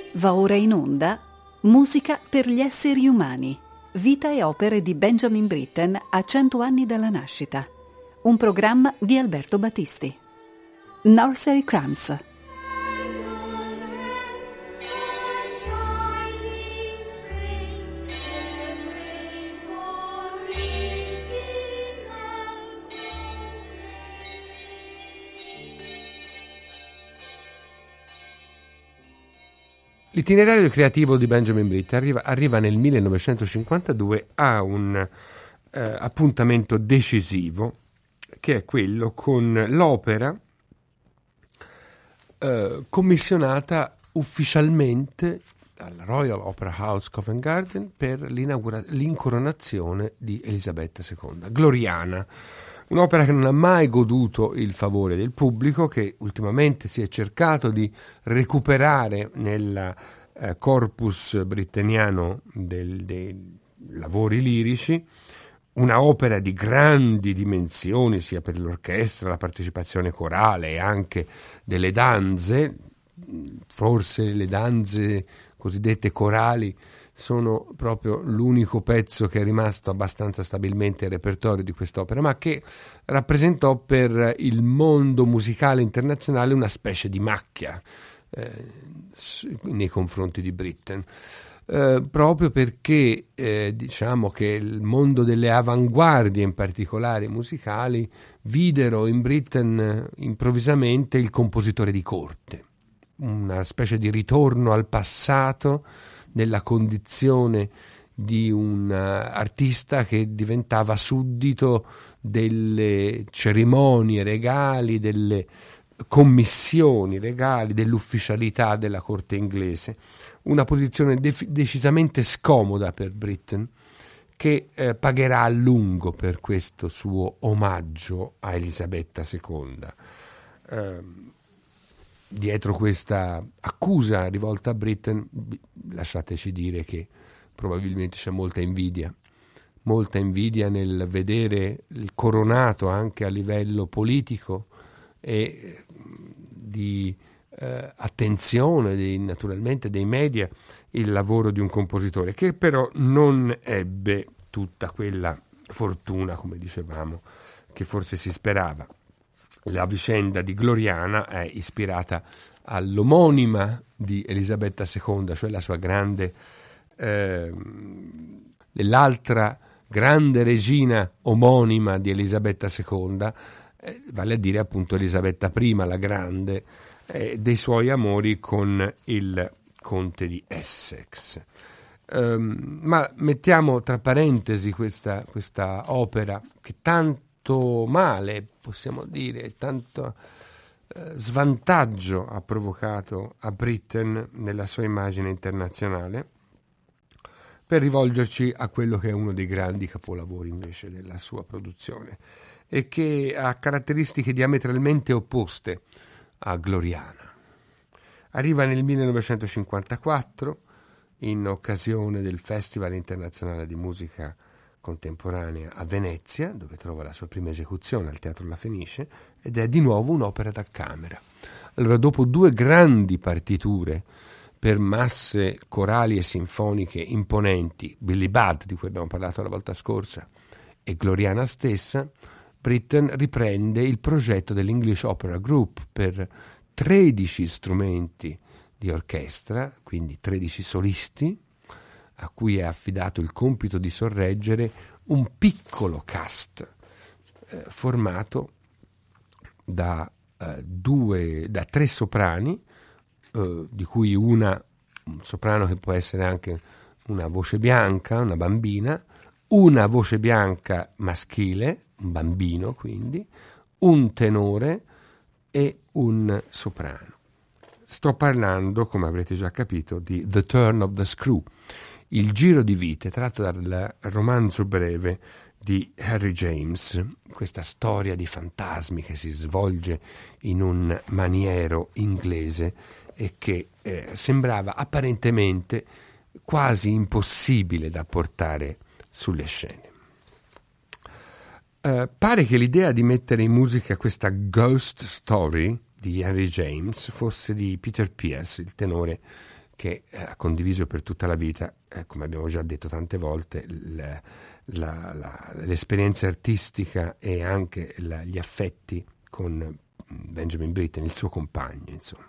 Va ora in onda Musica per gli esseri umani. Vita e opere di Benjamin Britten a 100 anni dalla nascita. Un programma di Alberto Battisti. Nursery Crumbs. L'itinerario creativo di Benjamin Britten arriva nel 1952 a un appuntamento decisivo, che è quello con l'opera commissionata ufficialmente al Royal Opera House Covent Garden per l'incoronazione di Elisabetta II, Gloriana. Un'opera che non ha mai goduto il favore del pubblico, che ultimamente si è cercato di recuperare nel corpus britteniano dei lavori lirici, una opera di grandi dimensioni sia per l'orchestra, la partecipazione corale e anche delle danze. Forse le danze cosiddette corali sono proprio l'unico pezzo che è rimasto abbastanza stabilmente nel repertorio di quest'opera, ma che rappresentò per il mondo musicale internazionale una specie di macchia nei confronti di Britten, proprio perché diciamo che il mondo delle avanguardie, in particolare musicali, videro in Britten improvvisamente il compositore di corte, una specie di ritorno al passato nella condizione di un artista che diventava suddito delle cerimonie regali, delle commissioni regali, dell'ufficialità della corte inglese. Una posizione decisamente scomoda per Britten, che pagherà a lungo per questo suo omaggio a Elisabetta II. Dietro questa accusa rivolta a Britten, lasciateci dire che probabilmente c'è molta invidia nel vedere il coronato anche a livello politico e di attenzione naturalmente dei media, il lavoro di un compositore che però non ebbe tutta quella fortuna, come dicevamo, che forse si sperava. La vicenda di Gloriana è ispirata all'omonima di Elisabetta II, cioè la sua grande, l'altra grande regina omonima di Elisabetta II, vale a dire appunto Elisabetta I la Grande, dei suoi amori con il conte di Essex. Ma mettiamo tra parentesi questa opera che tanto male, possiamo dire, tanto svantaggio ha provocato a Britten nella sua immagine internazionale, per rivolgerci a quello che è uno dei grandi capolavori invece della sua produzione e che ha caratteristiche diametralmente opposte a Gloriana. Arriva nel 1954 in occasione del Festival Internazionale di Musica Contemporanea a Venezia, dove trova la sua prima esecuzione al Teatro La Fenice, ed è di nuovo un'opera da camera. Allora, dopo due grandi partiture per masse corali e sinfoniche imponenti, Billy Budd, di cui abbiamo parlato la volta scorsa, e Gloriana stessa, Britten riprende il progetto dell'English Opera Group per 13 strumenti di orchestra, quindi 13 solisti, a cui è affidato il compito di sorreggere un piccolo cast formato da 3 soprani, di cui un soprano che può essere anche una voce bianca, una bambina, una voce bianca maschile, un bambino quindi, un tenore e un soprano. Sto parlando, come avrete già capito, di The Turn of the Screw, il giro di vite, tratto dal romanzo breve di Harry James, questa storia di fantasmi che si svolge in un maniero inglese e che sembrava apparentemente quasi impossibile da portare sulle scene. Pare che l'idea di mettere in musica questa ghost story di Henry James fosse di Peter Pierce, il tenore che ha condiviso per tutta la vita, come abbiamo già detto tante volte, l'esperienza artistica e anche gli affetti con Benjamin Britten, il suo compagno, insomma.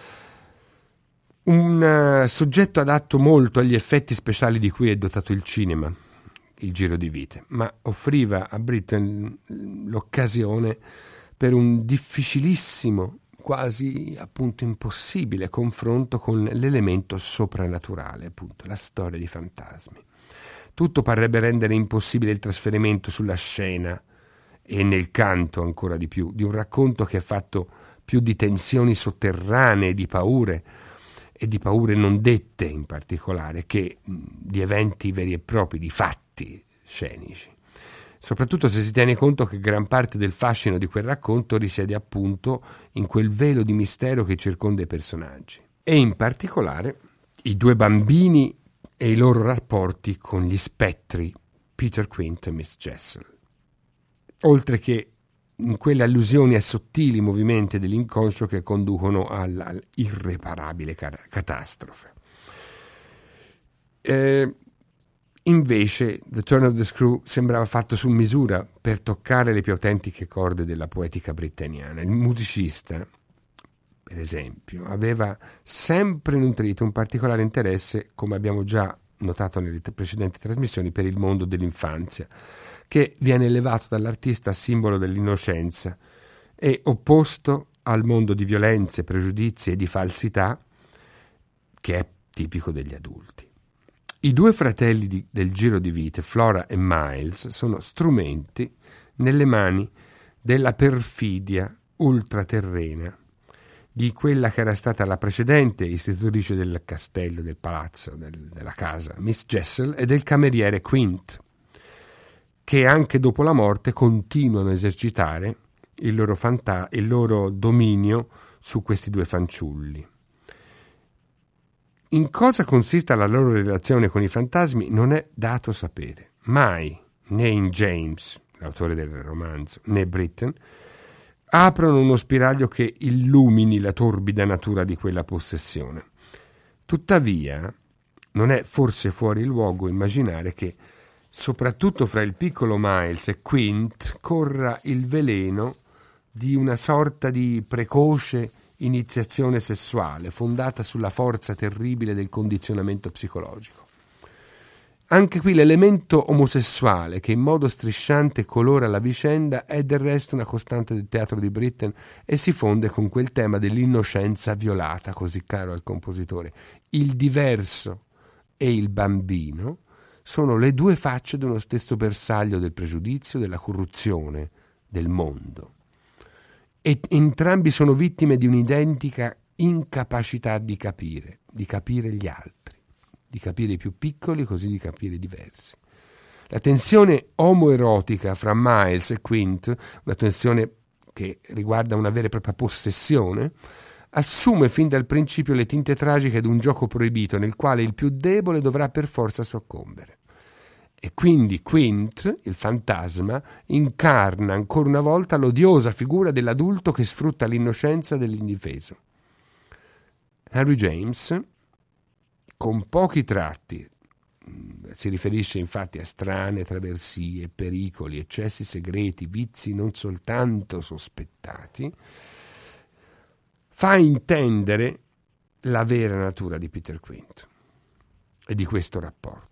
Un soggetto adatto molto agli effetti speciali di cui è dotato il cinema, il Giro di Vite, ma offriva a Britten l'occasione per un difficilissimo, quasi appunto impossibile confronto con l'elemento soprannaturale, appunto la storia di fantasmi. Tutto parrebbe rendere impossibile il trasferimento sulla scena e nel canto ancora di più, di un racconto che è fatto più di tensioni sotterranee, di paure e di paure non dette in particolare, che di eventi veri e propri, di fatti scenici. Soprattutto se si tiene conto che gran parte del fascino di quel racconto risiede appunto in quel velo di mistero che circonda i personaggi. E in particolare i due bambini e i loro rapporti con gli spettri Peter Quint e Miss Jessel. Oltre che in quelle allusioni a sottili movimenti dell'inconscio che conducono all'irreparabile catastrofe. Invece The Turn of the Screw sembrava fatto su misura per toccare le più autentiche corde della poetica brittaniana. Il musicista, per esempio, aveva sempre nutrito un particolare interesse, come abbiamo già notato nelle precedenti trasmissioni, per il mondo dell'infanzia, che viene elevato dall'artista a simbolo dell'innocenza e opposto al mondo di violenze, pregiudizi e di falsità che è tipico degli adulti. I due fratelli del Giro di Vite, Flora e Miles, sono strumenti nelle mani della perfidia ultraterrena di quella che era stata la precedente istitutrice del castello, del palazzo, della casa, Miss Jessel, e del cameriere Quint, che anche dopo la morte continuano a esercitare il loro dominio su questi due fanciulli. In cosa consista la loro relazione con i fantasmi non è dato sapere. Mai, né in James, l'autore del romanzo, né Britten, aprono uno spiraglio che illumini la torbida natura di quella possessione. Tuttavia, non è forse fuori luogo immaginare che, soprattutto fra il piccolo Miles e Quint, corra il veleno di una sorta di precoce iniziazione sessuale fondata sulla forza terribile del condizionamento psicologico. Anche qui l'elemento omosessuale che in modo strisciante colora la vicenda è del resto una costante del teatro di Britten e si fonde con quel tema dell'innocenza violata così caro al compositore. Il diverso e il bambino sono le due facce di uno stesso bersaglio del pregiudizio, della corruzione, del mondo. E entrambi sono vittime di un'identica incapacità di capire gli altri, di capire i più piccoli, così di capire i diversi. La tensione omoerotica fra Miles e Quint, una tensione che riguarda una vera e propria possessione, assume fin dal principio le tinte tragiche di un gioco proibito nel quale il più debole dovrà per forza soccombere. E quindi Quint, il fantasma, incarna ancora una volta l'odiosa figura dell'adulto che sfrutta l'innocenza dell'indifeso. Henry James, con pochi tratti, si riferisce infatti a strane traversie, pericoli, eccessi segreti, vizi non soltanto sospettati, fa intendere la vera natura di Peter Quint e di questo rapporto.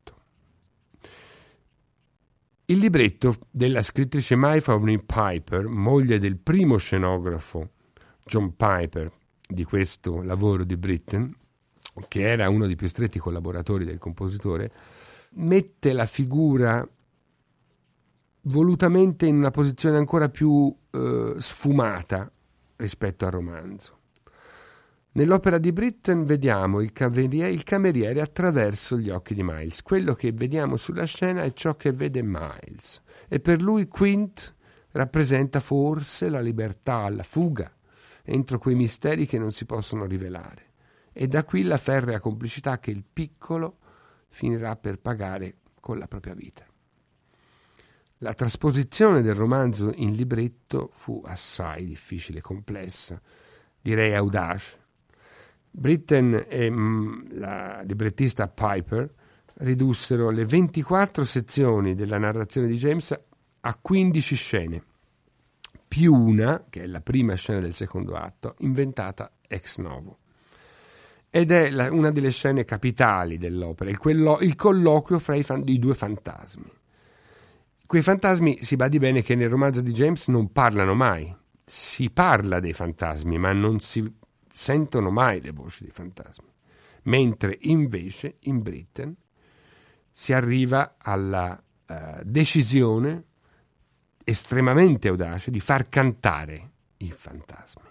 Il libretto della scrittrice Myphony Piper, moglie del primo scenografo John Piper di questo lavoro di Britten, che era uno dei più stretti collaboratori del compositore, mette la figura volutamente in una posizione ancora più sfumata rispetto al romanzo. Nell'opera di Britten vediamo il cameriere attraverso gli occhi di Miles. Quello che vediamo sulla scena è ciò che vede Miles. E per lui Quint rappresenta forse la libertà, la fuga entro quei misteri che non si possono rivelare. E da qui la ferrea complicità che il piccolo finirà per pagare con la propria vita. La trasposizione del romanzo in libretto fu assai difficile e complessa, direi audace. Britten e la librettista Piper ridussero le 24 sezioni della narrazione di James a 15 scene, più una, che è la prima scena del secondo atto, inventata ex novo. Ed è una delle scene capitali dell'opera, il colloquio fra i due fantasmi. Quei fantasmi, si badi bene che nel romanzo di James non parlano mai. Si parla dei fantasmi, ma non si sentono mai le voci dei fantasmi. Mentre invece in Britten si arriva alla decisione estremamente audace di far cantare i fantasmi.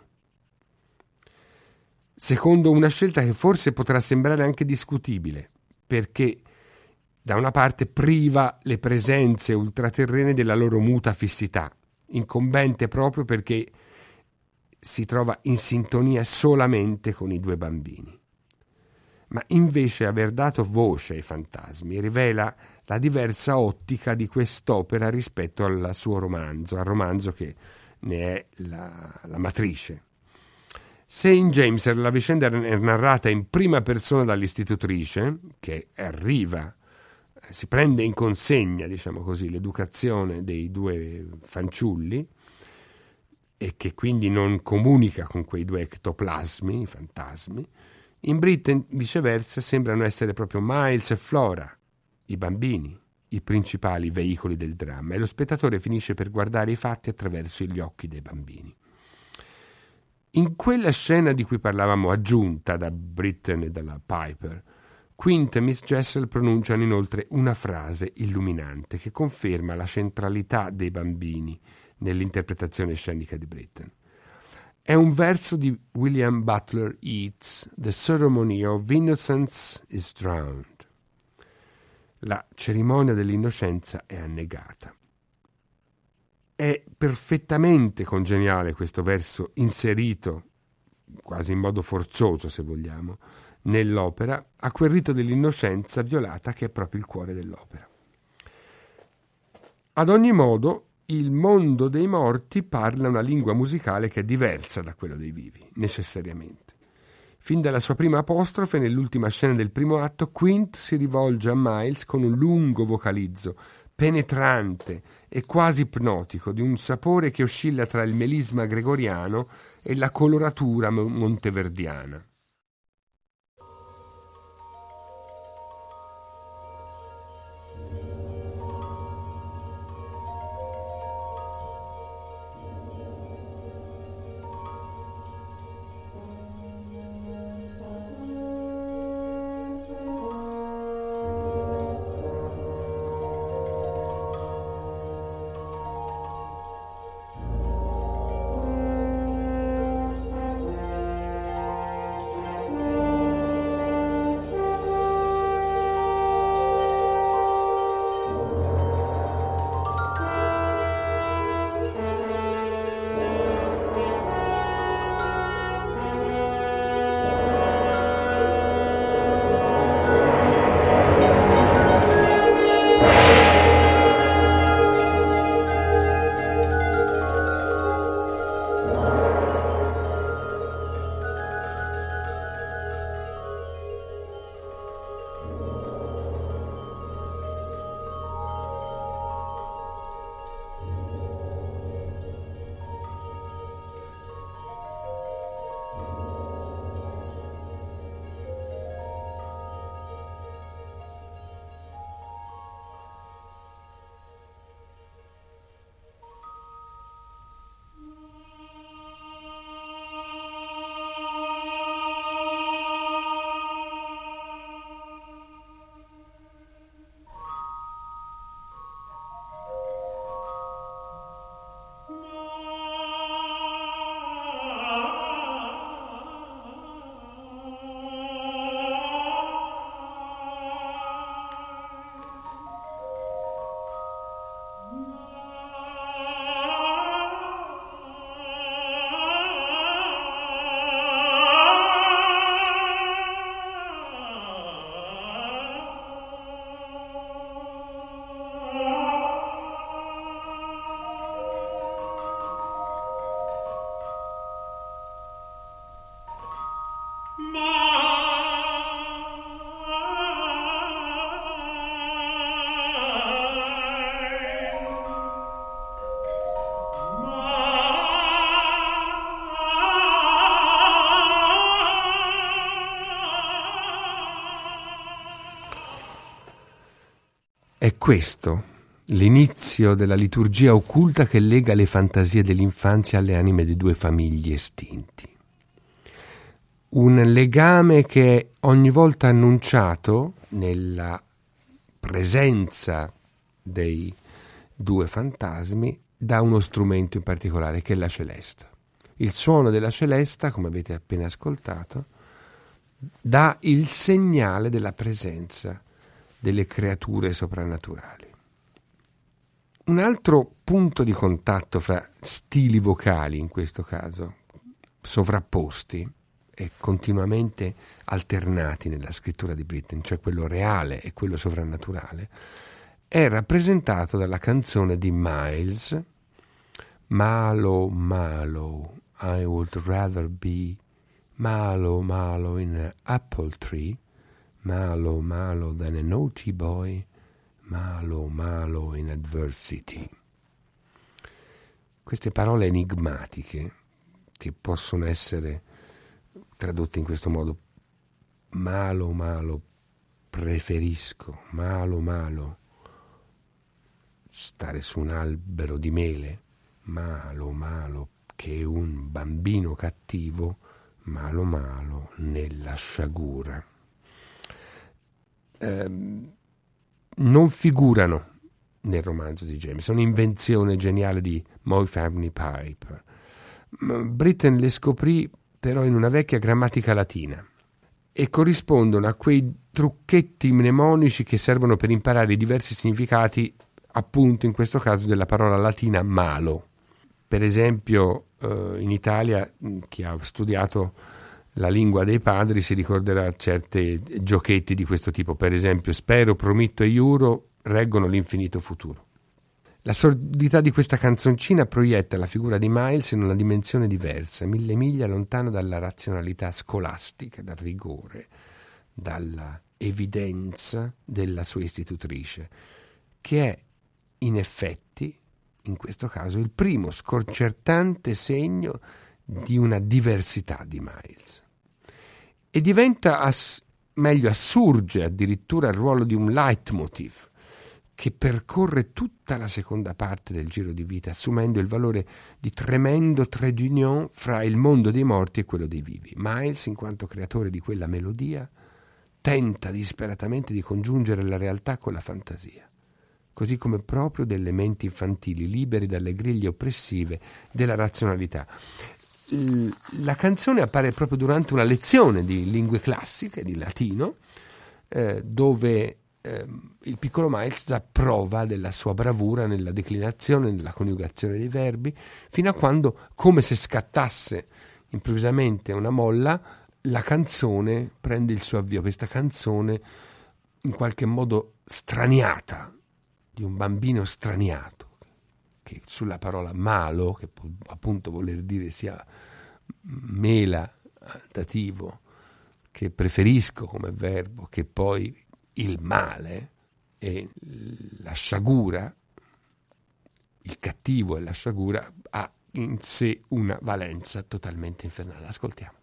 Secondo una scelta che forse potrà sembrare anche discutibile, perché da una parte priva le presenze ultraterrene della loro muta fissità, incombente proprio perché si trova in sintonia solamente con i due bambini. Ma invece aver dato voce ai fantasmi rivela la diversa ottica di quest'opera rispetto al suo romanzo, al romanzo che ne è la matrice. Se in James la vicenda è narrata in prima persona dall'istitutrice, che arriva, si prende in consegna, diciamo così, l'educazione dei due fanciulli e che quindi non comunica con quei due ectoplasmi, i fantasmi, in Britten viceversa sembrano essere proprio Miles e Flora, i bambini, i principali veicoli del dramma, e lo spettatore finisce per guardare i fatti attraverso gli occhi dei bambini. In quella scena di cui parlavamo, aggiunta da Britten e dalla Piper, Quint e Miss Jessel pronunciano inoltre una frase illuminante che conferma la centralità dei bambini nell'interpretazione scenica di Britten. È un verso di William Butler Yeats, The Ceremony of Innocence is Drowned. La cerimonia dell'innocenza è annegata. È perfettamente congeniale questo verso inserito, quasi in modo forzoso se vogliamo, nell'opera, a quel rito dell'innocenza violata che è proprio il cuore dell'opera. Ad ogni modo, il mondo dei morti parla una lingua musicale che è diversa da quello dei vivi, necessariamente. Fin dalla sua prima apostrofe, nell'ultima scena del primo atto, Quint si rivolge a Miles con un lungo vocalizzo, penetrante e quasi ipnotico, di un sapore che oscilla tra il melisma gregoriano e la coloratura monteverdiana. È questo l'inizio della liturgia occulta che lega le fantasie dell'infanzia alle anime di due famiglie estinti. Un legame che è ogni volta annunciato nella presenza dei due fantasmi da uno strumento in particolare, che è la celesta. Il suono della celesta, come avete appena ascoltato, dà il segnale della presenza delle creature soprannaturali. Un altro punto di contatto fra stili vocali, in questo caso, sovrapposti e continuamente alternati nella scrittura di Britten, cioè quello reale e quello sovrannaturale, è rappresentato dalla canzone di Miles, Malo, Malo, I would rather be Malo, Malo in an apple tree, Malo, Malo than a naughty boy, Malo, Malo in adversity. Queste parole enigmatiche, che possono essere tradotte in questo modo: Malo, Malo, preferisco, Malo, Malo, stare su un albero di mele, Malo, Malo, che un bambino cattivo, Malo, Malo, nella sciagura. Non figurano nel romanzo di James, è un'invenzione geniale di Moy Family Pipe. Britten le scoprì però in una vecchia grammatica latina e corrispondono a quei trucchetti mnemonici che servono per imparare i diversi significati, appunto in questo caso della parola latina malo. Per esempio in Italia chi ha studiato la lingua dei padri si ricorderà certi giochetti di questo tipo, per esempio spero, prometto e giuro reggono l'infinito futuro. La sordità di questa canzoncina proietta la figura di Miles in una dimensione diversa, 1000 miglia lontano dalla razionalità scolastica, dal rigore, dalla evidenza della sua istitutrice, che è in effetti, in questo caso, il primo sconcertante segno di una diversità di Miles. E diventa, assurge addirittura il ruolo di un leitmotiv che percorre tutta la seconda parte del giro di vita, assumendo il valore di tremendo trait d'union fra il mondo dei morti e quello dei vivi. Miles, in quanto creatore di quella melodia, tenta disperatamente di congiungere la realtà con la fantasia, così come proprio delle menti infantili liberi dalle griglie oppressive della razionalità. La canzone appare proprio durante una lezione di lingue classiche, di latino, dove il piccolo Miles dà prova della sua bravura nella declinazione, nella coniugazione dei verbi, fino a quando, come se scattasse improvvisamente una molla, la canzone prende il suo avvio. Questa canzone in qualche modo straniata, di un bambino straniato, che sulla parola malo, che può appunto voler dire sia mela, dativo, che preferisco come verbo, che poi il male e la sciagura, il cattivo e la sciagura, ha in sé una valenza totalmente infernale. Ascoltiamo.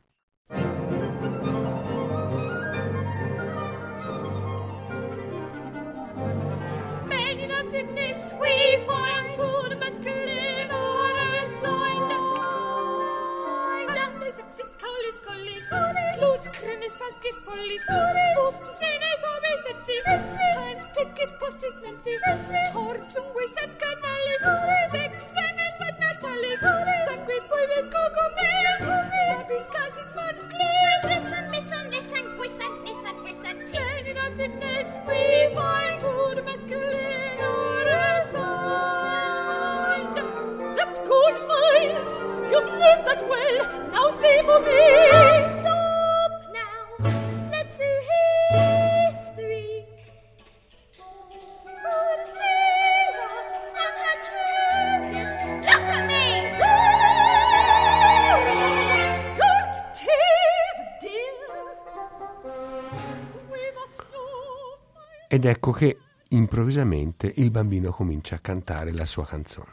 Ed ecco che improvvisamente il bambino comincia a cantare la sua canzone.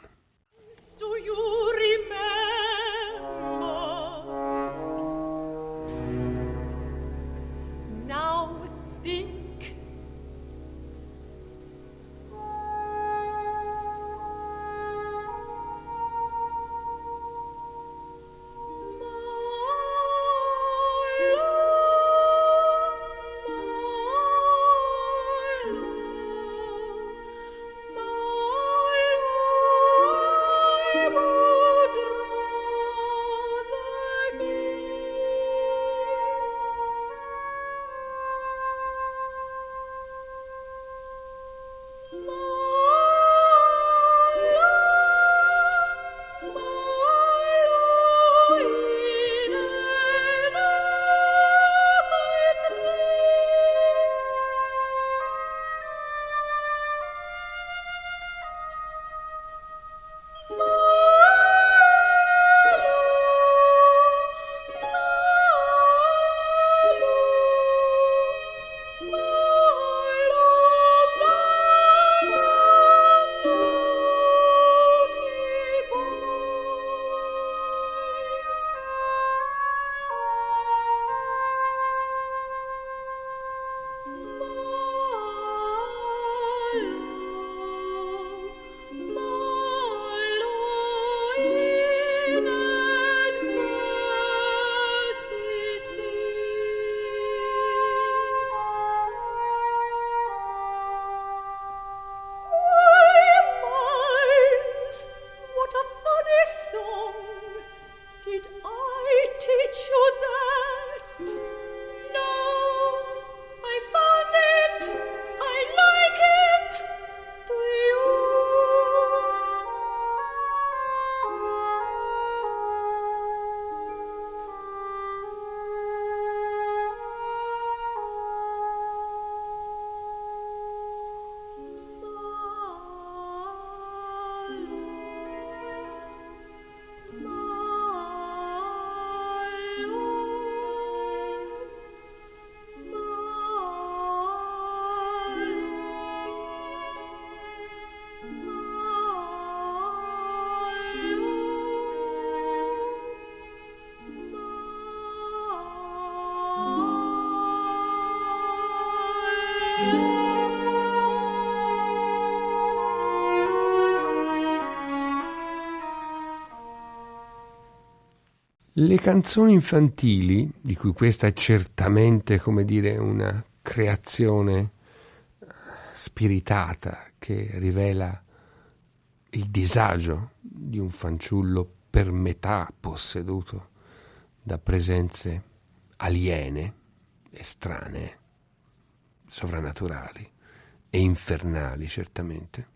Le canzoni infantili, di cui questa è certamente, come dire, una creazione spiritata che rivela il disagio di un fanciullo per metà posseduto da presenze aliene, estranee, sovrannaturali e infernali, certamente,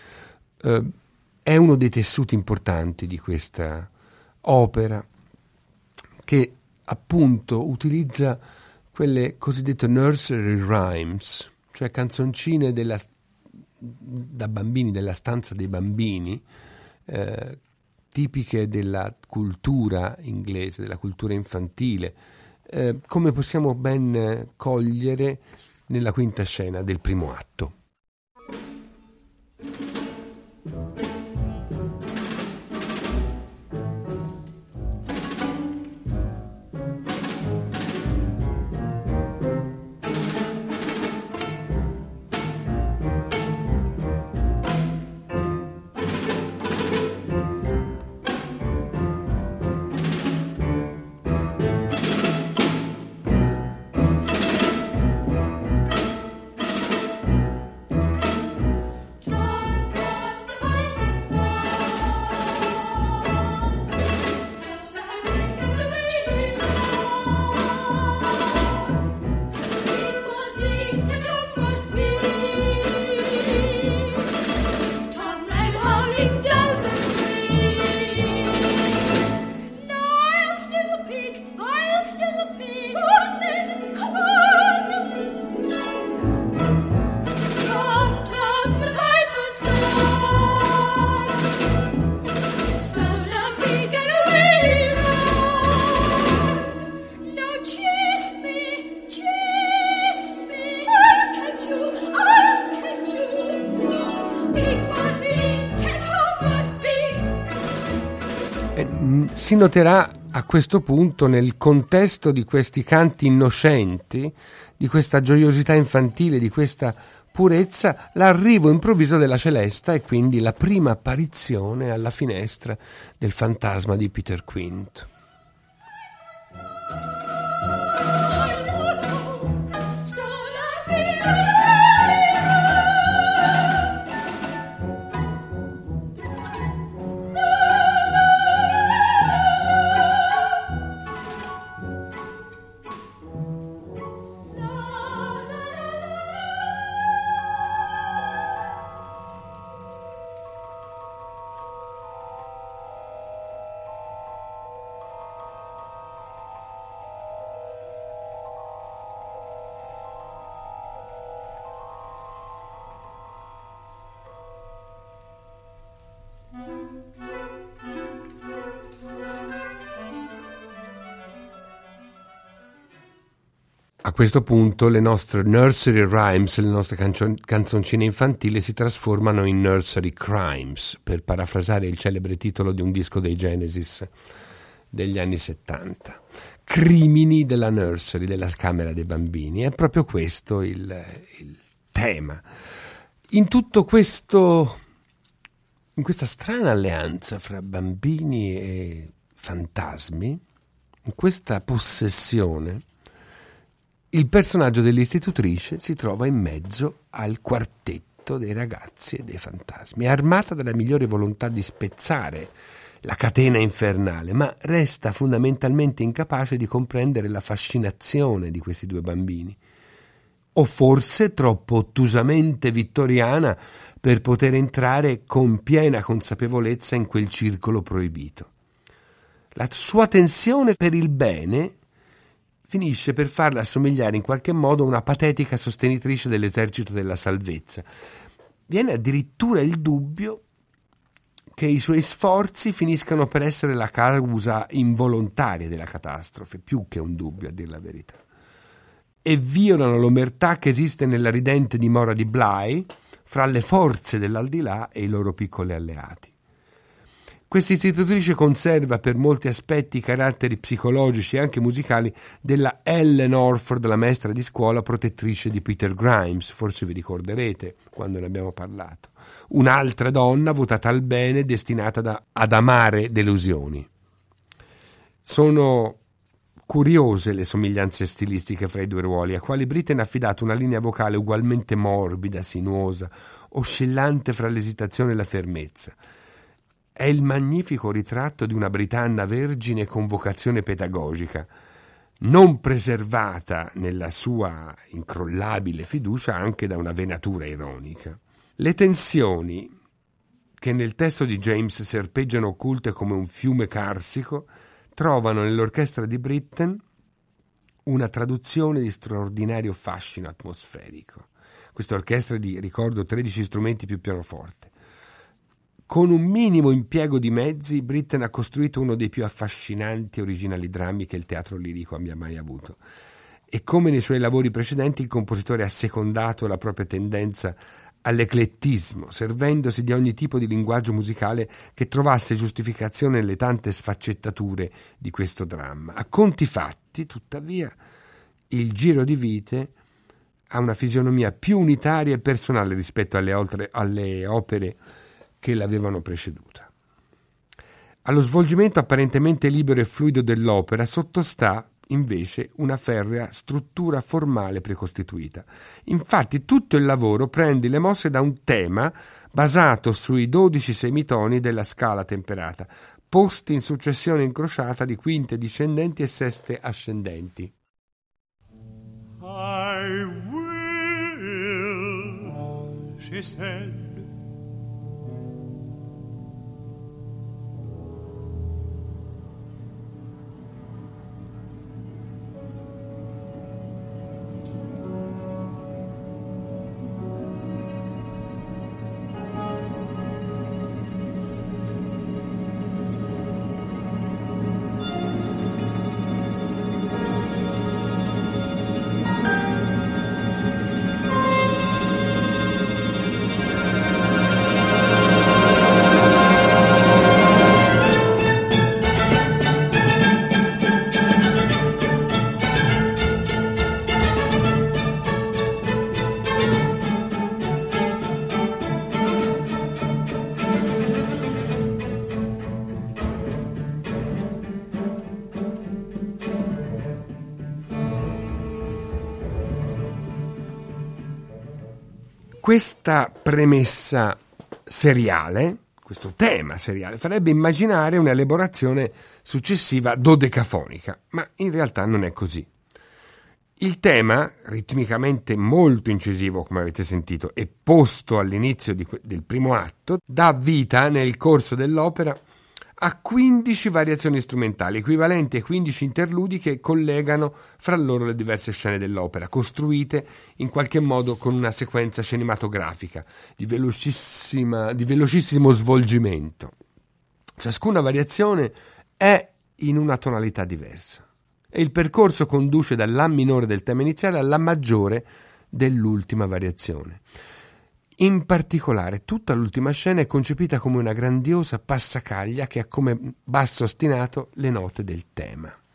è uno dei tessuti importanti di questa opera, che appunto utilizza quelle cosiddette nursery rhymes, cioè canzoncine da bambini, della stanza dei bambini, tipiche della cultura inglese, della cultura infantile, come possiamo ben cogliere nella quinta scena del primo atto. Si noterà a questo punto, nel contesto di questi canti innocenti, di questa gioiosità infantile, di questa purezza, l'arrivo improvviso della Celesta e quindi la prima apparizione alla finestra del fantasma di Peter Quint. A questo punto le nostre nursery rhymes, le nostre canzoncine infantili si trasformano in nursery crimes, per parafrasare il celebre titolo di un disco dei Genesis degli anni 70. crimini della nursery, della camera dei bambini. È proprio questo il tema. In tutto questo, in questa strana alleanza fra bambini e fantasmi, in questa possessione, il personaggio dell'istitutrice si trova in mezzo al quartetto dei ragazzi e dei fantasmi, armata dalla migliore volontà di spezzare la catena infernale, ma resta fondamentalmente incapace di comprendere la fascinazione di questi due bambini, o forse troppo ottusamente vittoriana per poter entrare con piena consapevolezza in quel circolo proibito. La sua tensione per il bene finisce per farla assomigliare in qualche modo a una patetica sostenitrice dell'esercito della salvezza. Viene addirittura il dubbio che i suoi sforzi finiscano per essere la causa involontaria della catastrofe, più che un dubbio, a dir la verità, e violano l'omertà che esiste nella ridente dimora di Bly fra le forze dell'aldilà e i loro piccoli alleati. Questa istitutrice conserva per molti aspetti i caratteri psicologici e anche musicali della Ellen Orford, la maestra di scuola protettrice di Peter Grimes, forse vi ricorderete quando ne abbiamo parlato. Un'altra donna votata al bene, destinata ad amare delusioni. Sono curiose le somiglianze stilistiche fra i due ruoli, a quali Britten ha affidato una linea vocale ugualmente morbida, sinuosa, oscillante fra l'esitazione e la fermezza. È il magnifico ritratto di una Britanna vergine con vocazione pedagogica, non preservata nella sua incrollabile fiducia anche da una venatura ironica. Le tensioni che nel testo di James serpeggiano occulte come un fiume carsico trovano nell'orchestra di Britten una traduzione di straordinario fascino atmosferico. Questa orchestra di, ricordo, 13 strumenti più pianoforte. Con un minimo impiego di mezzi, Britten ha costruito uno dei più affascinanti e originali drammi che il teatro lirico abbia mai avuto. E come nei suoi lavori precedenti, il compositore ha secondato la propria tendenza all'eclettismo, servendosi di ogni tipo di linguaggio musicale che trovasse giustificazione nelle tante sfaccettature di questo dramma. A conti fatti, tuttavia, il Giro di Vite ha una fisionomia più unitaria e personale rispetto alle opere che l'avevano preceduta. Allo svolgimento apparentemente libero e fluido dell'opera sottostà invece una ferrea struttura formale precostituita. Infatti tutto il lavoro prende le mosse da un tema basato sui 12 semitoni della scala temperata, posti in successione incrociata di quinte discendenti e seste ascendenti. I will, she said. Questa premessa seriale, questo tema seriale, farebbe immaginare un'elaborazione successiva dodecafonica, ma in realtà non è così. Il tema, ritmicamente molto incisivo, come avete sentito, e posto all'inizio del primo atto, dà vita nel corso dell'opera a 15 variazioni strumentali, equivalenti ai 15 interludi che collegano fra loro le diverse scene dell'opera, costruite in qualche modo con una sequenza cinematografica di velocissimo svolgimento. Ciascuna variazione è in una tonalità diversa e il percorso conduce dal La minore del tema iniziale alla maggiore dell'ultima variazione. In particolare, tutta l'ultima scena è concepita come una grandiosa passacaglia che ha come basso ostinato le note del tema.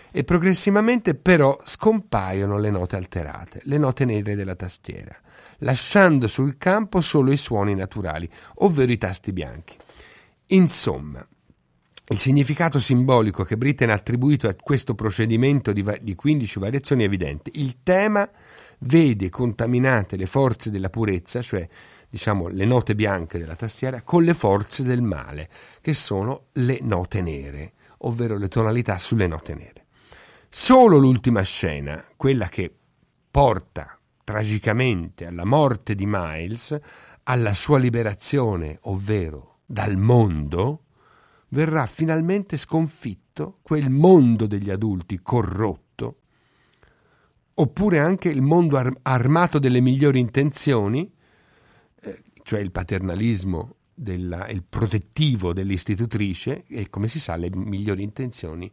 e progressivamente però scompaiono le note alterate, le note nere della tastiera, lasciando sul campo solo i suoni naturali, ovvero i tasti bianchi. Insomma, il significato simbolico che Britten ha attribuito a questo procedimento di 15 variazioni è evidente. Il tema vede contaminate le forze della purezza, cioè diciamo le note bianche della tastiera, con le forze del male, che sono le note nere, ovvero le tonalità sulle note nere. Solo l'ultima scena, quella che porta tragicamente alla morte di Miles, alla sua liberazione, ovvero dal mondo, verrà finalmente sconfitto quel mondo degli adulti corrotto, oppure anche il mondo armato delle migliori intenzioni, cioè il paternalismo, il protettivo dell'istitutrice, e come si sa le migliori intenzioni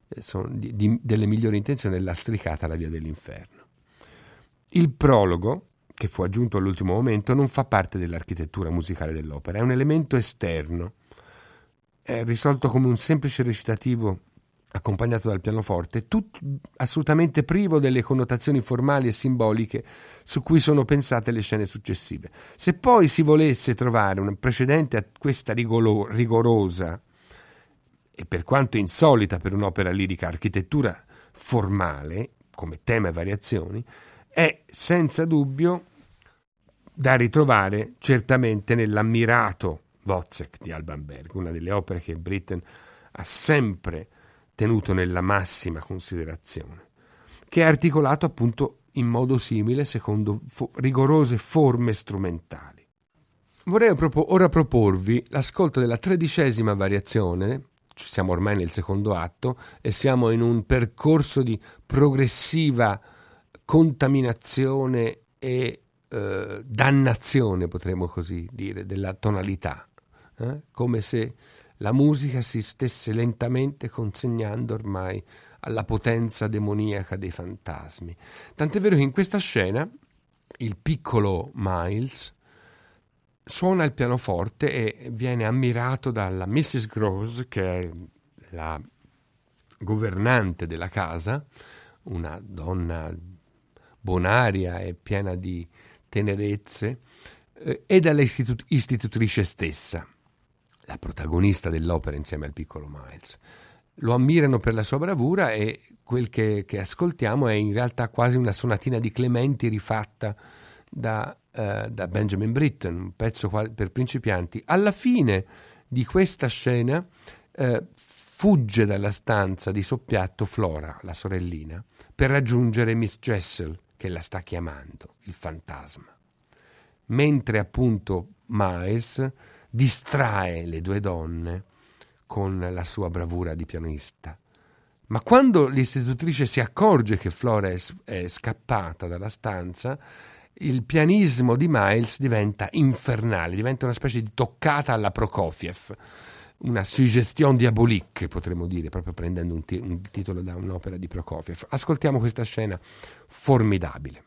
delle migliori intenzioni è lastricata alla via dell'inferno. Il prologo, che fu aggiunto all'ultimo momento, non fa parte dell'architettura musicale dell'opera, è un elemento esterno, è risolto come un semplice recitativo accompagnato dal pianoforte, assolutamente privo delle connotazioni formali e simboliche su cui sono pensate le scene successive. Se poi si volesse trovare un precedente a questa rigorosa e per quanto insolita per un'opera lirica architettura formale, come tema e variazioni, è senza dubbio da ritrovare certamente nell'ammirato Wozzeck di Alban Berg, una delle opere che Britten ha sempre tenuto nella massima considerazione, che è articolato appunto in modo simile secondo rigorose forme strumentali. Vorrei ora proporvi l'ascolto della 13ª variazione. Siamo ormai nel secondo atto e siamo in un percorso di progressiva contaminazione e dannazione, potremmo così dire, della tonalità, come se la musica si stesse lentamente consegnando ormai alla potenza demoniaca dei fantasmi. Tant'è vero che in questa scena il piccolo Miles suona il pianoforte e viene ammirato dalla Mrs. Gross, che è la governante della casa, una donna bonaria e piena di tenerezze, e dall'istitutrice stessa, la protagonista dell'opera insieme al piccolo Miles. Lo ammirano per la sua bravura e quel che ascoltiamo è in realtà quasi una sonatina di Clementi rifatta da Benjamin Britten, un pezzo per principianti. Alla fine di questa scena fugge dalla stanza di soppiatto Flora, la sorellina, per raggiungere Miss Jessel, che la sta chiamando, il fantasma. Mentre appunto Miles distrae le due donne con la sua bravura di pianista. Ma quando l'istitutrice si accorge che Flora è scappata dalla stanza, il pianismo di Miles diventa infernale, diventa una specie di toccata alla Prokofiev, una suggestion diabolique, potremmo dire, proprio prendendo un titolo da un'opera di Prokofiev. Ascoltiamo questa scena formidabile.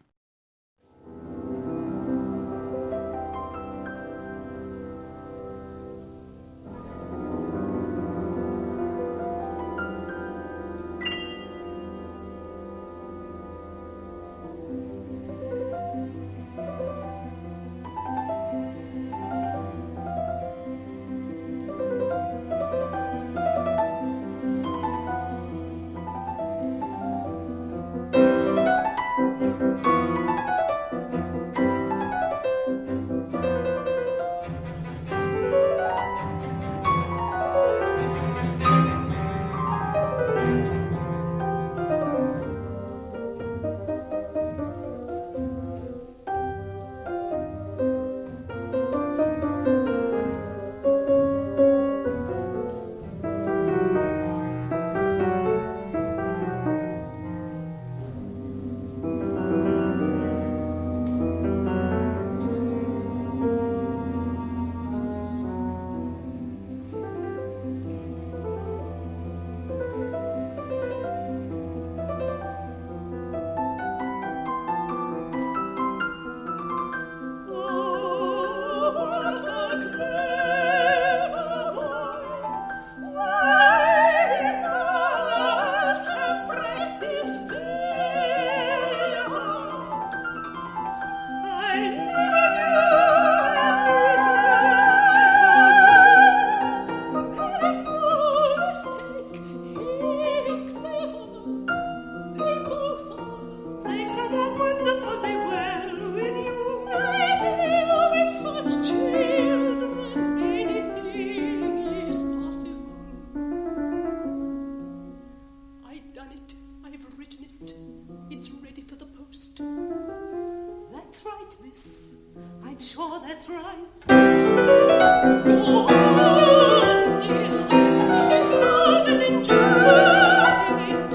sure that's right. Go on, dear, Mrs. Claus is enjoying it.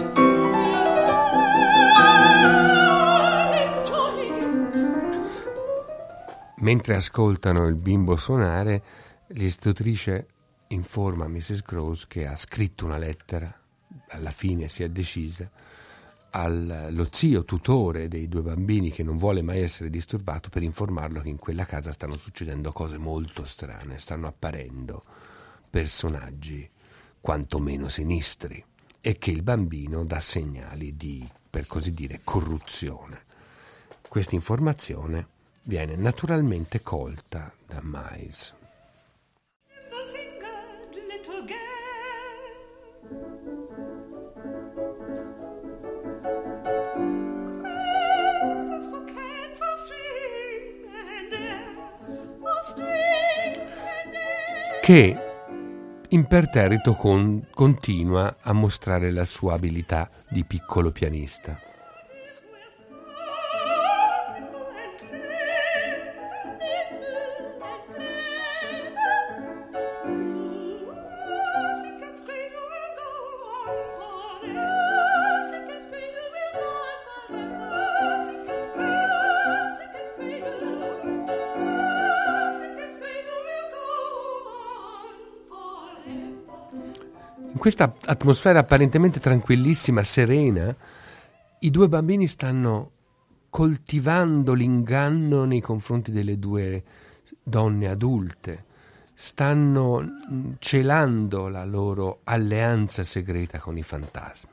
Enjoying it. Mentre ascoltano il bimbo suonare, l'istitutrice informa Mrs. Claus che ha scritto una lettera, alla fine si è decisa, allo zio tutore dei due bambini che non vuole mai essere disturbato, per informarlo che in quella casa stanno succedendo cose molto strane, stanno apparendo personaggi quantomeno sinistri e che il bambino dà segnali di, per così dire, corruzione. Questa informazione viene naturalmente colta da Miles. Che imperterrito continua a mostrare la sua abilità di piccolo pianista. In questa atmosfera apparentemente tranquillissima, serena, i due bambini stanno coltivando l'inganno nei confronti delle due donne adulte, stanno celando la loro alleanza segreta con i fantasmi.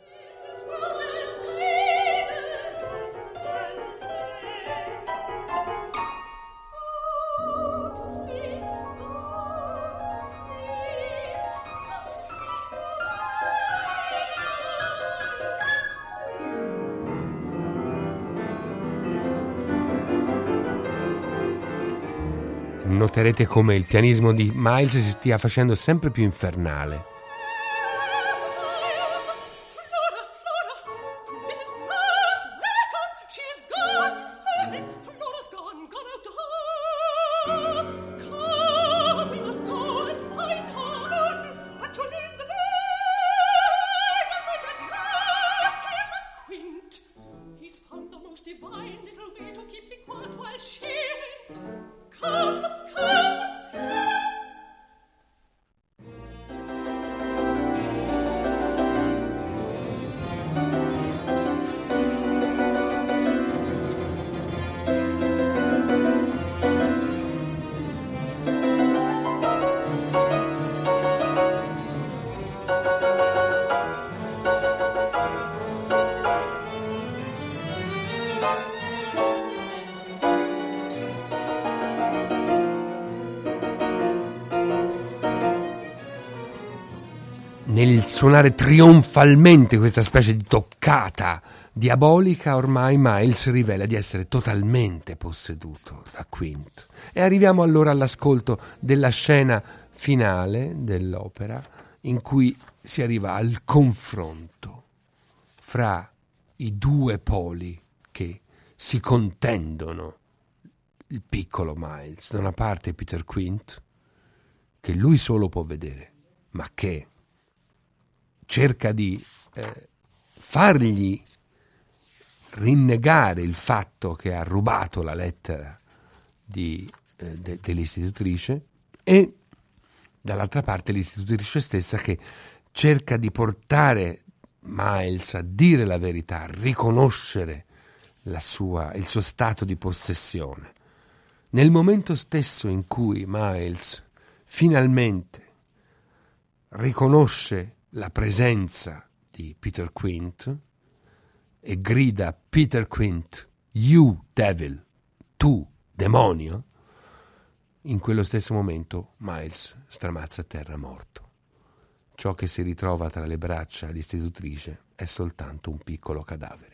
Noterete come il pianismo di Miles si stia facendo sempre più infernale. Nel suonare trionfalmente questa specie di toccata diabolica, ormai Miles rivela di essere totalmente posseduto da Quint. E arriviamo allora all'ascolto della scena finale dell'opera, in cui si arriva al confronto fra i due poli che si contendono il piccolo Miles. Da una parte Peter Quint, che lui solo può vedere, ma che cerca di fargli rinnegare il fatto che ha rubato la lettera dell'istitutrice, e dall'altra parte l'istitutrice stessa che cerca di portare Miles a dire la verità, a riconoscere il suo stato di possessione. Nel momento stesso in cui Miles finalmente riconosce la presenza di Peter Quint e grida "Peter Quint, you devil", tu demonio, in quello stesso momento Miles stramazza a terra morto. Ciò che si ritrova tra le braccia dell'istitutrice è soltanto un piccolo cadavere.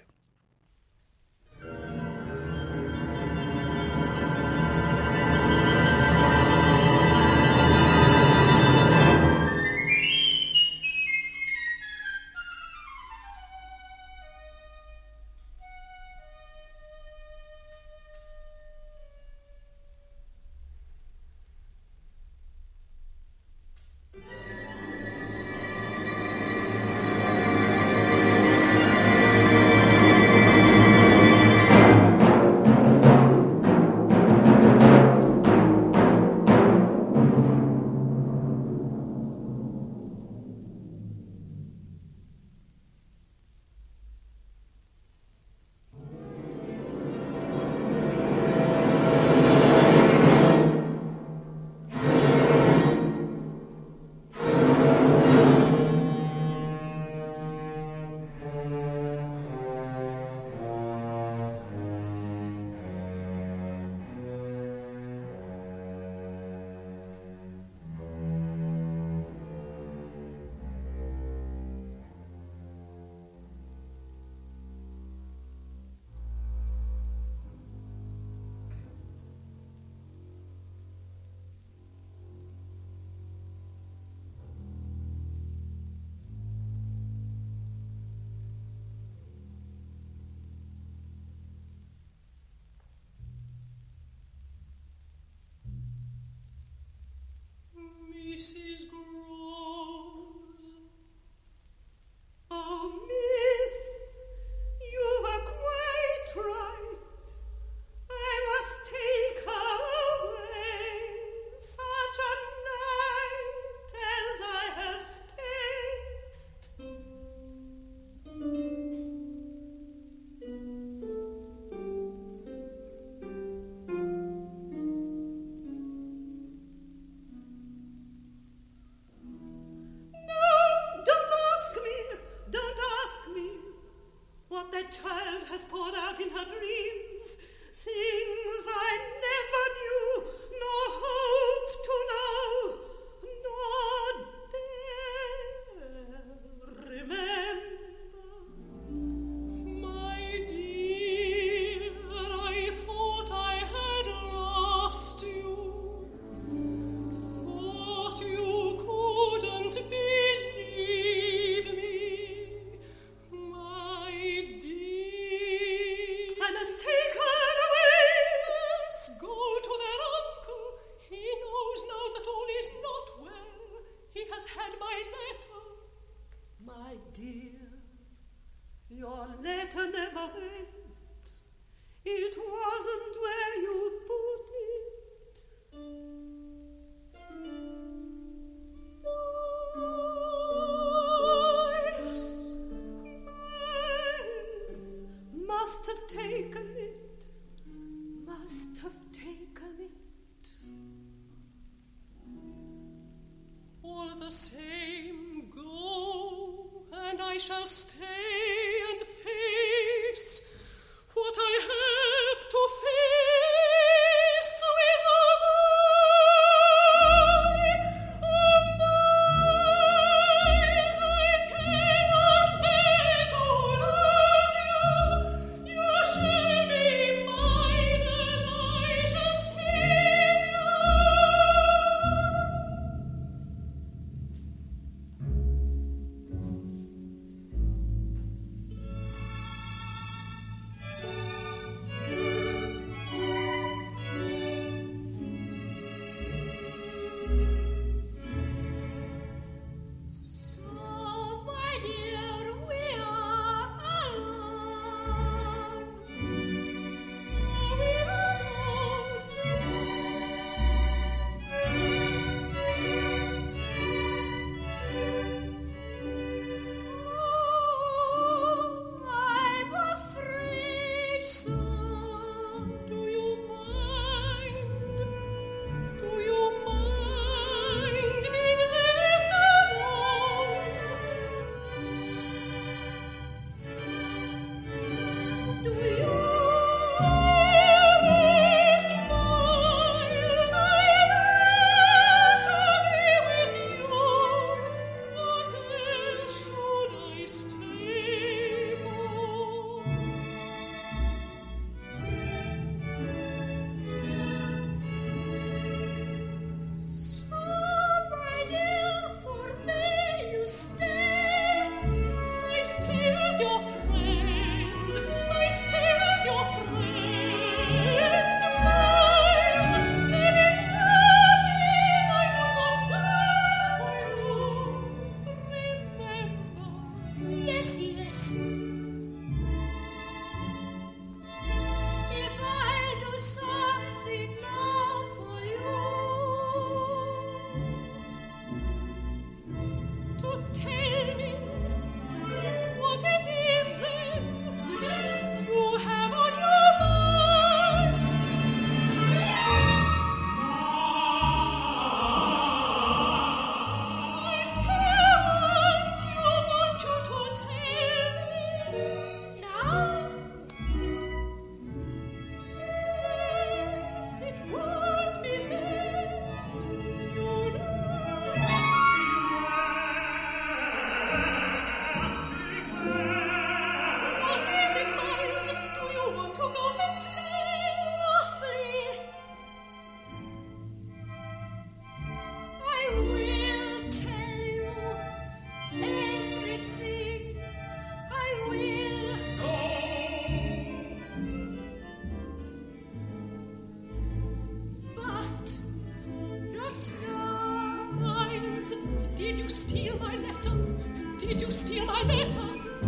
Did you steal my letter?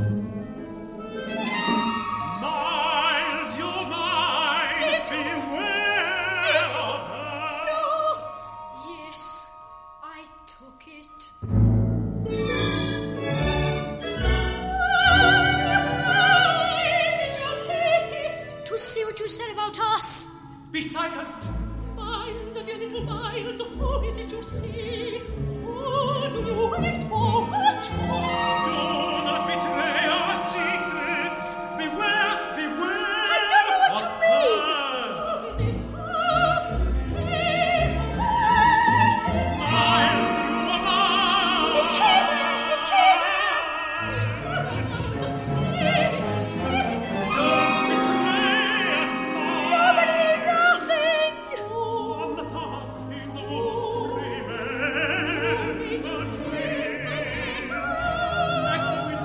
Miles, you're mine. Beware of her. No. Yes, I took it. Why did you take it? To see what you said about us. Be silent. Miles, dear little Miles, who is it you see? Who do you wait for? What for? Do not betray our secrets. Beware, beware. I don't know what of you mean. her. Who is it? Who? Say, who? Miles, you are mine. Miss Heather! Miss Heather! Miss Heather! Say it! Don't betray us, Miles. Nobody, nothing! On the path in the woods, remain. But wait. Let the wind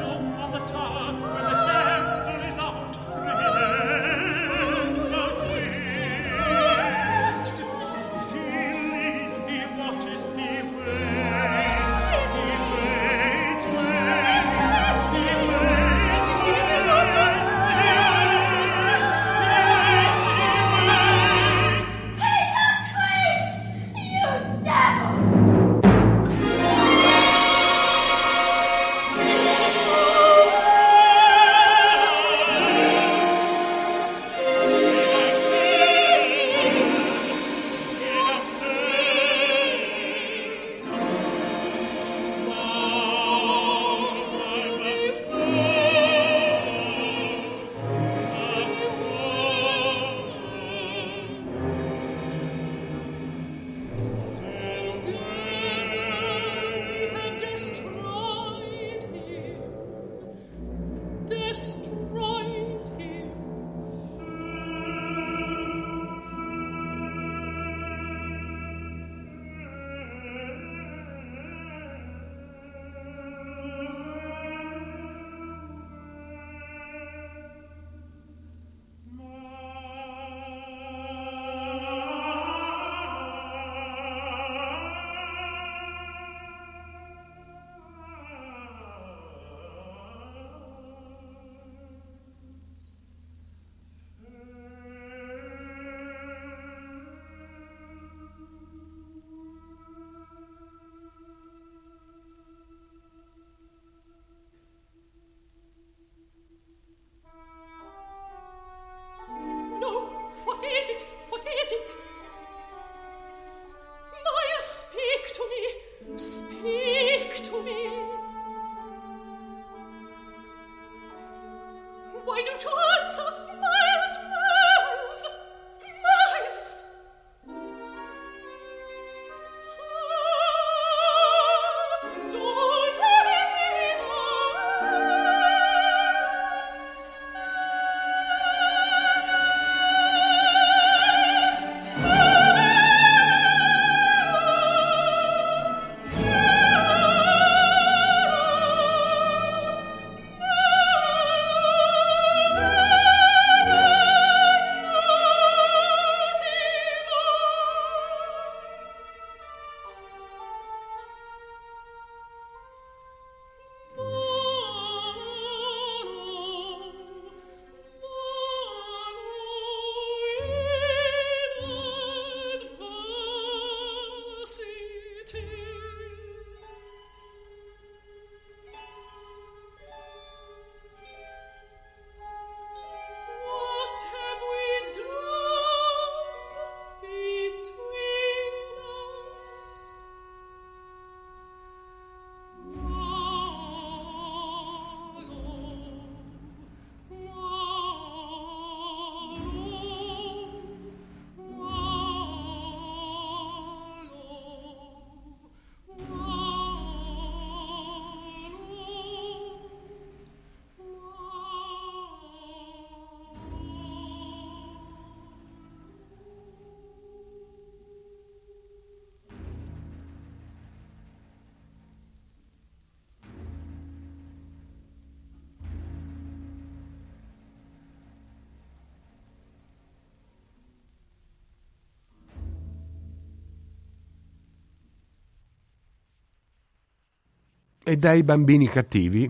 E dai bambini cattivi,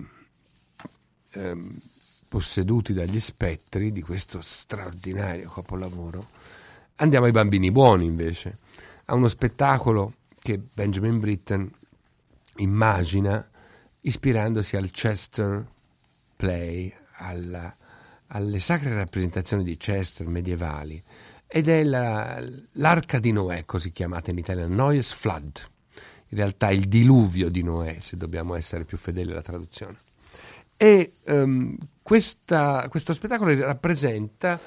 posseduti dagli spettri di questo straordinario capolavoro, andiamo ai bambini buoni invece, a uno spettacolo che Benjamin Britten immagina ispirandosi al Chester Play, alle sacre rappresentazioni di Chester medievali, ed è l'arca di Noè, così chiamata in italiano, Noah's Flood, in realtà il diluvio di Noè, se dobbiamo essere più fedeli alla traduzione. E questo spettacolo rappresenta,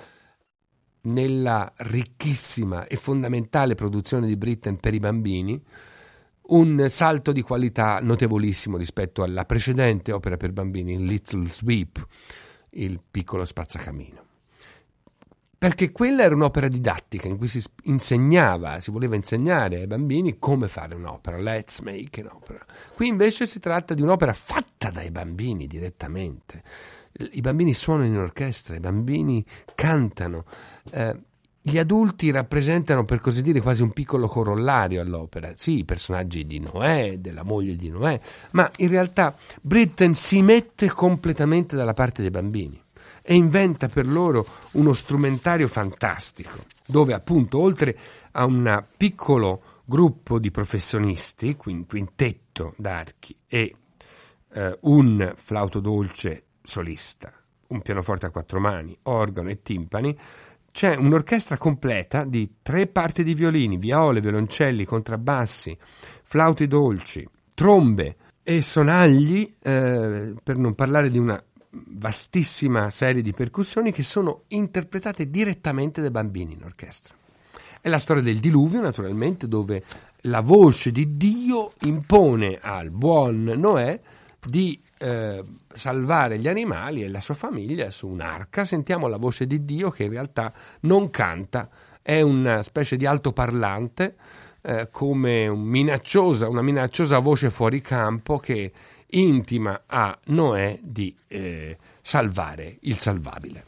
nella ricchissima e fondamentale produzione di Britten per i bambini, un salto di qualità notevolissimo rispetto alla precedente opera per bambini, Little Sweep, il piccolo spazzacamino. Perché quella era un'opera didattica in cui si voleva insegnare ai bambini come fare un'opera, let's make an opera. Qui invece si tratta di un'opera fatta dai bambini direttamente. I bambini suonano in orchestra, i bambini cantano, gli adulti rappresentano, per così dire, quasi un piccolo corollario all'opera. Sì, i personaggi di Noè, della moglie di Noè, ma in realtà Britten si mette completamente dalla parte dei bambini e inventa per loro uno strumentario fantastico, dove appunto, oltre a un piccolo gruppo di professionisti, quintetto d'archi e un flauto dolce solista, un pianoforte a 4 mani, organo e timpani, c'è un'orchestra completa di 3 parti di violini, viole, violoncelli, contrabbassi, flauti dolci, trombe e sonagli, per non parlare di una vastissima serie di percussioni che sono interpretate direttamente dai bambini in orchestra. È la storia del diluvio, naturalmente, dove la voce di Dio impone al buon Noè di salvare gli animali e la sua famiglia su un'arca. Sentiamo la voce di Dio, che in realtà non canta, è una specie di altoparlante, come una minacciosa voce fuori campo che intima a Noè di salvare il salvabile.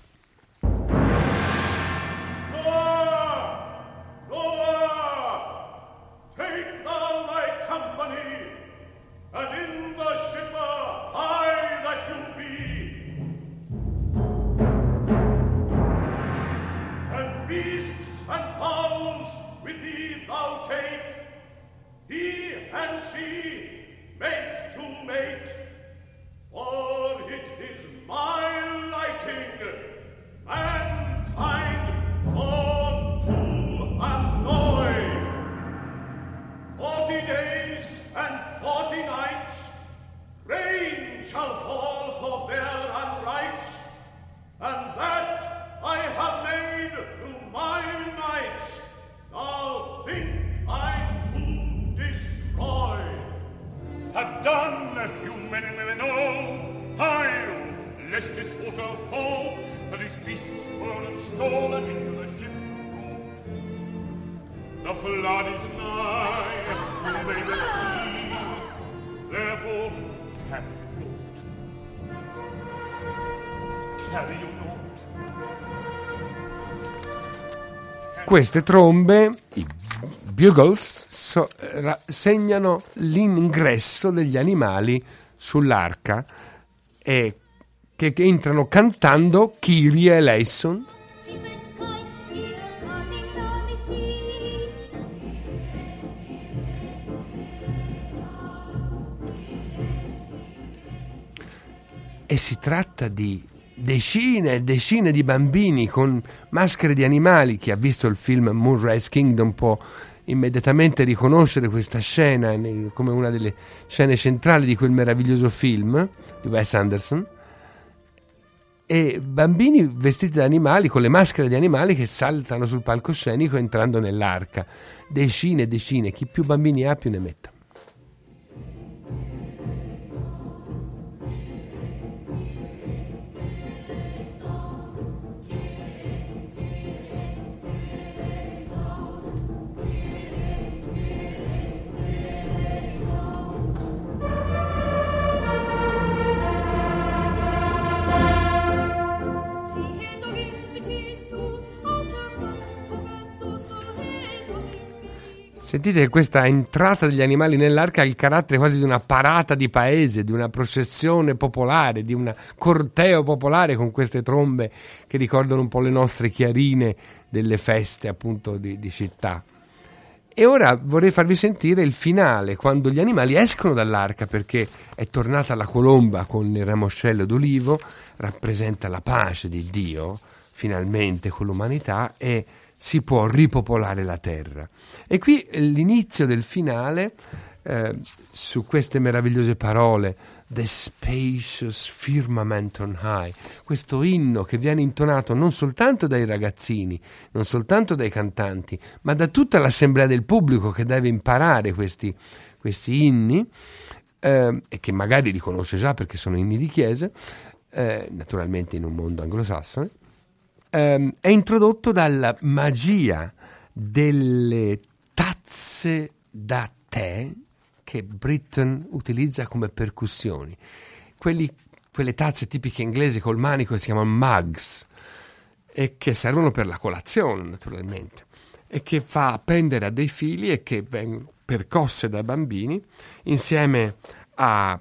Queste trombe, i bugles, segnano l'ingresso degli animali sull'arca e che entrano cantando Kyrie eleison. E si tratta di decine e decine di bambini con maschere di animali. Chi ha visto il film Moonrise Kingdom può immediatamente riconoscere questa scena come una delle scene centrali di quel meraviglioso film di Wes Anderson, e bambini vestiti da animali con le maschere di animali che saltano sul palcoscenico entrando nell'arca. Decine e decine, chi più bambini ha più ne metta. Sentite che questa entrata degli animali nell'arca ha il carattere quasi di una parata di paese, di una processione popolare, di un corteo popolare con queste trombe che ricordano un po' le nostre chiarine delle feste appunto di città. E ora vorrei farvi sentire il finale, quando gli animali escono dall'arca, perché è tornata la colomba con il ramoscello d'olivo, rappresenta la pace di Dio finalmente con l'umanità, e si può ripopolare la terra. E qui l'inizio del finale, su queste meravigliose parole, The spacious firmament on high, questo inno che viene intonato non soltanto dai ragazzini, non soltanto dai cantanti, ma da tutta l'assemblea del pubblico che deve imparare questi inni, e che magari li conosce già perché sono inni di chiese, naturalmente in un mondo anglosassone. È introdotto dalla magia delle tazze da tè che Britten utilizza come percussioni. Quelle tazze tipiche inglesi col manico si chiamano mugs, e che servono per la colazione naturalmente, e che fa appendere a dei fili e che vengono percosse da bambini insieme a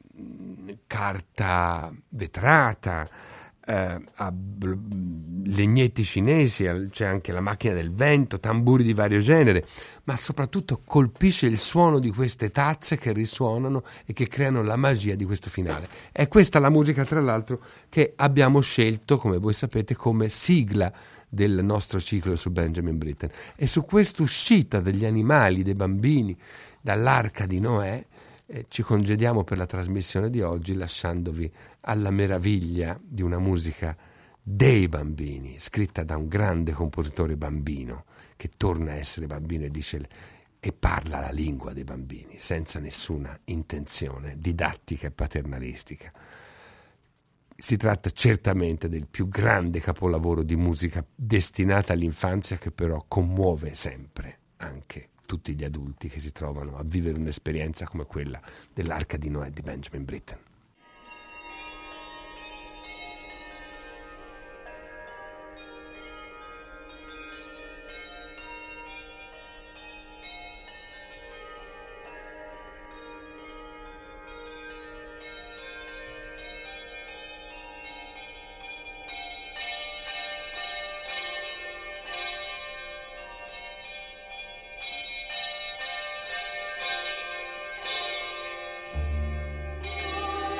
carta vetrata, a legnetti cinesi, c'è anche la macchina del vento, tamburi di vario genere, ma soprattutto colpisce il suono di queste tazze che risuonano e che creano la magia di questo finale. È questa la musica, tra l'altro, che abbiamo scelto, come voi sapete, come sigla del nostro ciclo su Benjamin Britten. E su quest'uscita degli animali, dei bambini, dall'arca di Noè, ci congediamo per la trasmissione di oggi, lasciandovi alla meraviglia di una musica dei bambini, scritta da un grande compositore bambino che torna a essere bambino e parla la lingua dei bambini senza nessuna intenzione didattica e paternalistica. Si tratta certamente del più grande capolavoro di musica destinata all'infanzia, che però commuove sempre anche tutti gli adulti che si trovano a vivere un'esperienza come quella dell'Arca di Noè di Benjamin Britten. Oh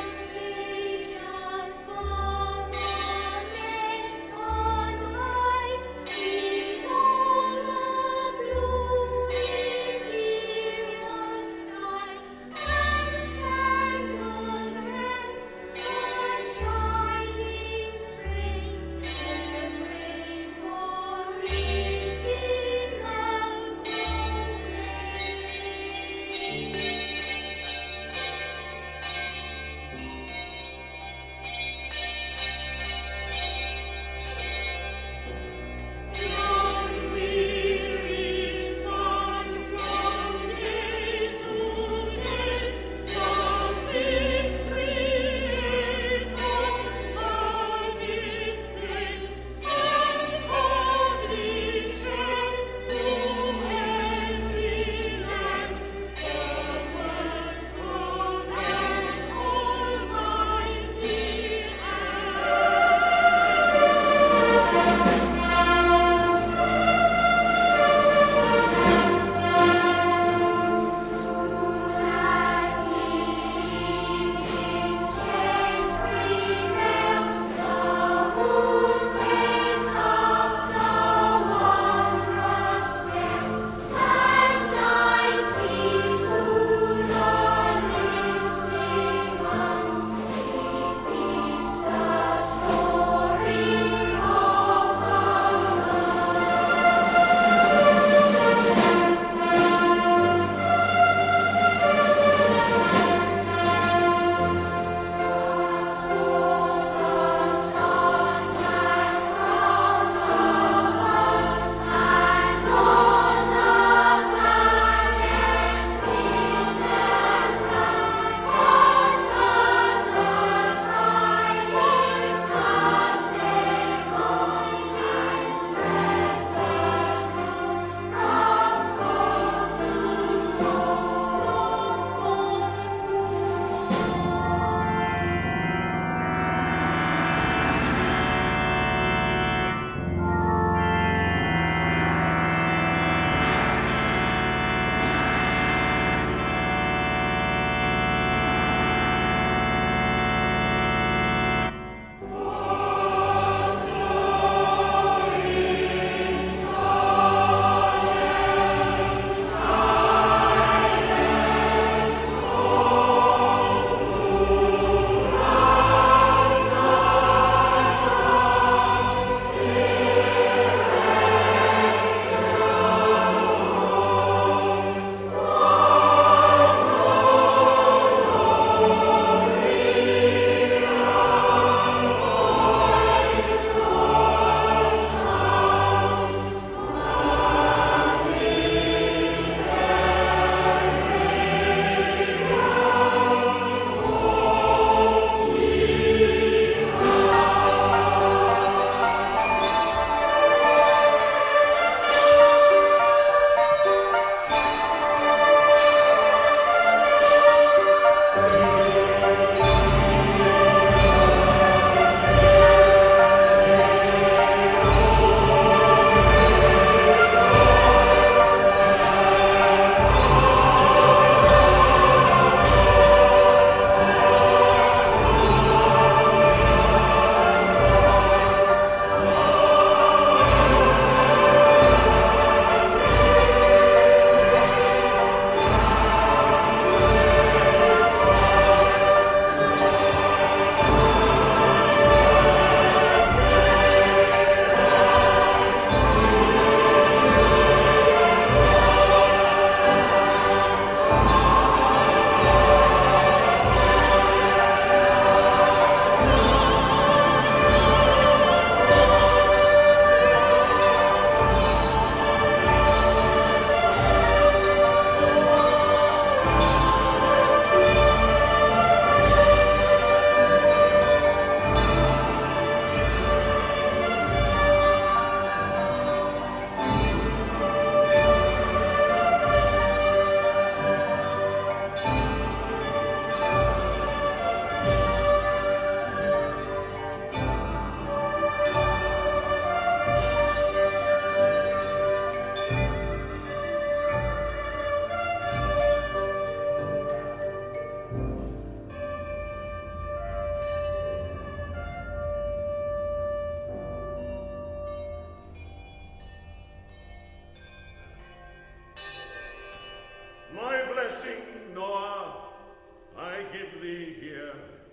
blessing, Noah, I give thee here.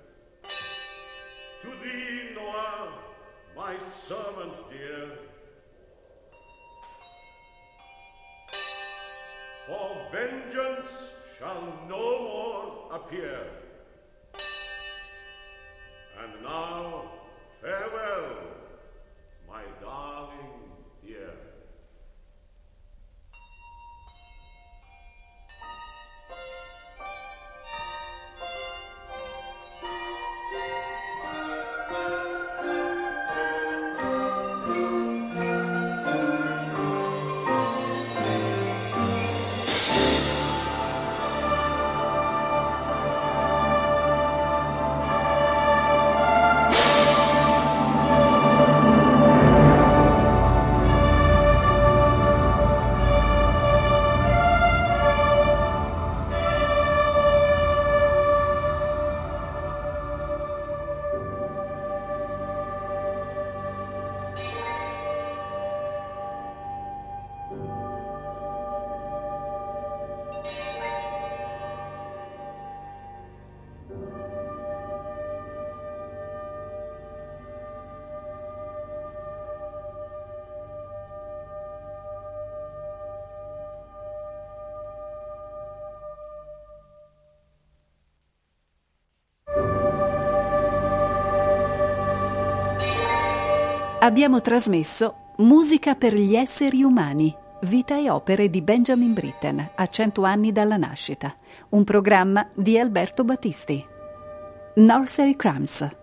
To thee, Noah, my servant dear. For vengeance shall no more appear. And now, farewell, my darling dear. Abbiamo trasmesso Musica per gli esseri umani, vita e opere di Benjamin Britten a 100 anni dalla nascita, un programma di Alberto Battisti. Nursery Crumbs.